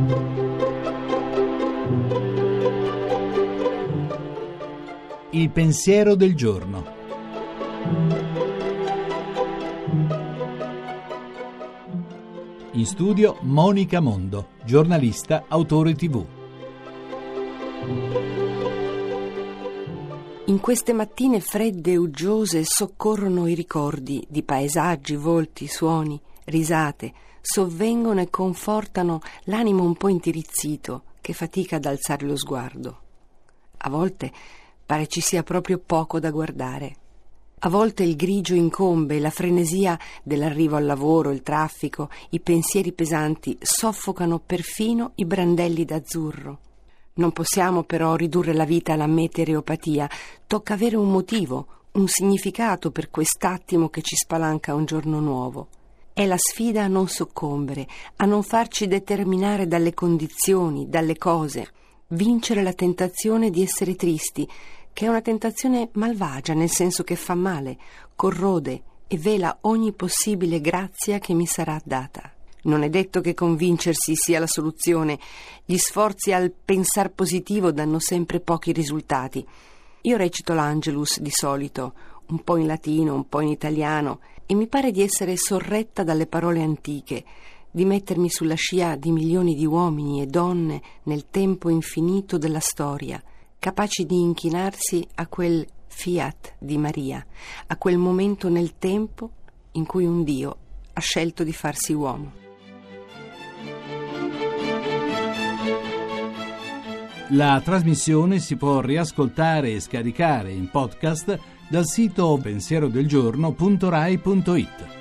Il pensiero del giorno. In studio Monica Mondo, giornalista, autore TV. In queste mattine fredde e uggiose soccorrono i ricordi di paesaggi, volti, suoni, risate, sovvengono e confortano l'animo un po' intirizzito che fatica ad alzare lo sguardo. A volte pare ci sia proprio poco da guardare. A volte il grigio incombe, la frenesia dell'arrivo al lavoro, il traffico, i pensieri pesanti soffocano perfino i brandelli d'azzurro. Non possiamo però ridurre la vita alla metereopatia, tocca avere un motivo, un significato per quest'attimo che ci spalanca un giorno nuovo. È la sfida a non soccombere, a non farci determinare dalle condizioni, dalle cose, vincere la tentazione di essere tristi, che è una tentazione malvagia nel senso che fa male, corrode e vela ogni possibile grazia che mi sarà data. Non è detto che convincersi sia la soluzione. Gli sforzi al pensar positivo danno sempre pochi risultati. Io recito l'Angelus di solito, un po' in latino, un po' in italiano, e mi pare di essere sorretta dalle parole antiche, di mettermi sulla scia di milioni di uomini e donne nel tempo infinito della storia, capaci di inchinarsi a quel fiat di Maria, a quel momento nel tempo in cui un Dio ha scelto di farsi uomo. La trasmissione si può riascoltare e scaricare in podcast dal sito pensierodelgiorno.rai.it.